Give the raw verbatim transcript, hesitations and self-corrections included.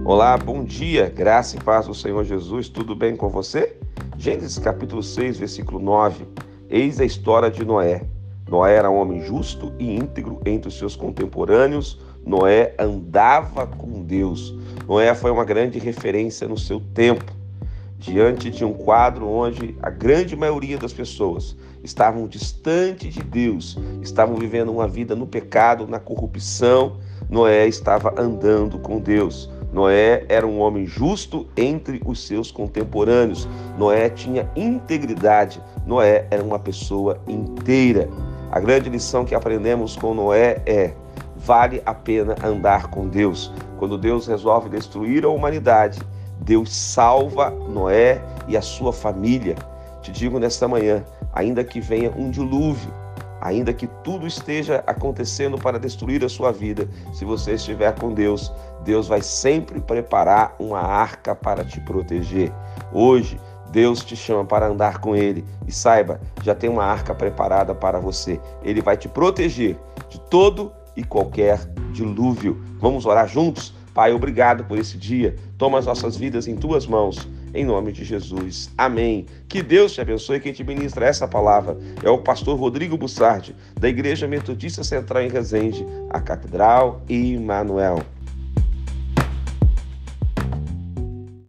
Olá, bom dia, graça e paz do Senhor Jesus, tudo bem com você? Gênesis capítulo seis, versículo nove, eis a história de Noé. Noé era um homem justo e íntegro entre os seus contemporâneos, Noé andava com Deus. Noé foi uma grande referência no seu tempo, diante de um quadro onde a grande maioria das pessoas estavam distante de Deus, estavam vivendo uma vida no pecado, na corrupção. Noé estava andando com Deus. Noé era um homem justo entre os seus contemporâneos. Noé tinha integridade. Noé era uma pessoa inteira. A grande lição que aprendemos com Noé é: vale a pena andar com Deus. Quando Deus resolve destruir a humanidade, Deus salva Noé e a sua família. Te digo nesta manhã, ainda que venha um dilúvio, ainda que tudo esteja acontecendo para destruir a sua vida, se você estiver com Deus, Deus vai sempre preparar uma arca para te proteger. Hoje, Deus te chama para andar com Ele e saiba, já tem uma arca preparada para você. Ele vai te proteger de todo e qualquer dilúvio. Vamos orar juntos? Pai, obrigado por esse dia. Toma as nossas vidas em Tuas mãos. Em nome de Jesus. Amém. Que Deus te abençoe. Quem te ministra essa palavra é o pastor Rodrigo Bussardi, da Igreja Metodista Central em Resende, a Catedral Emmanuel.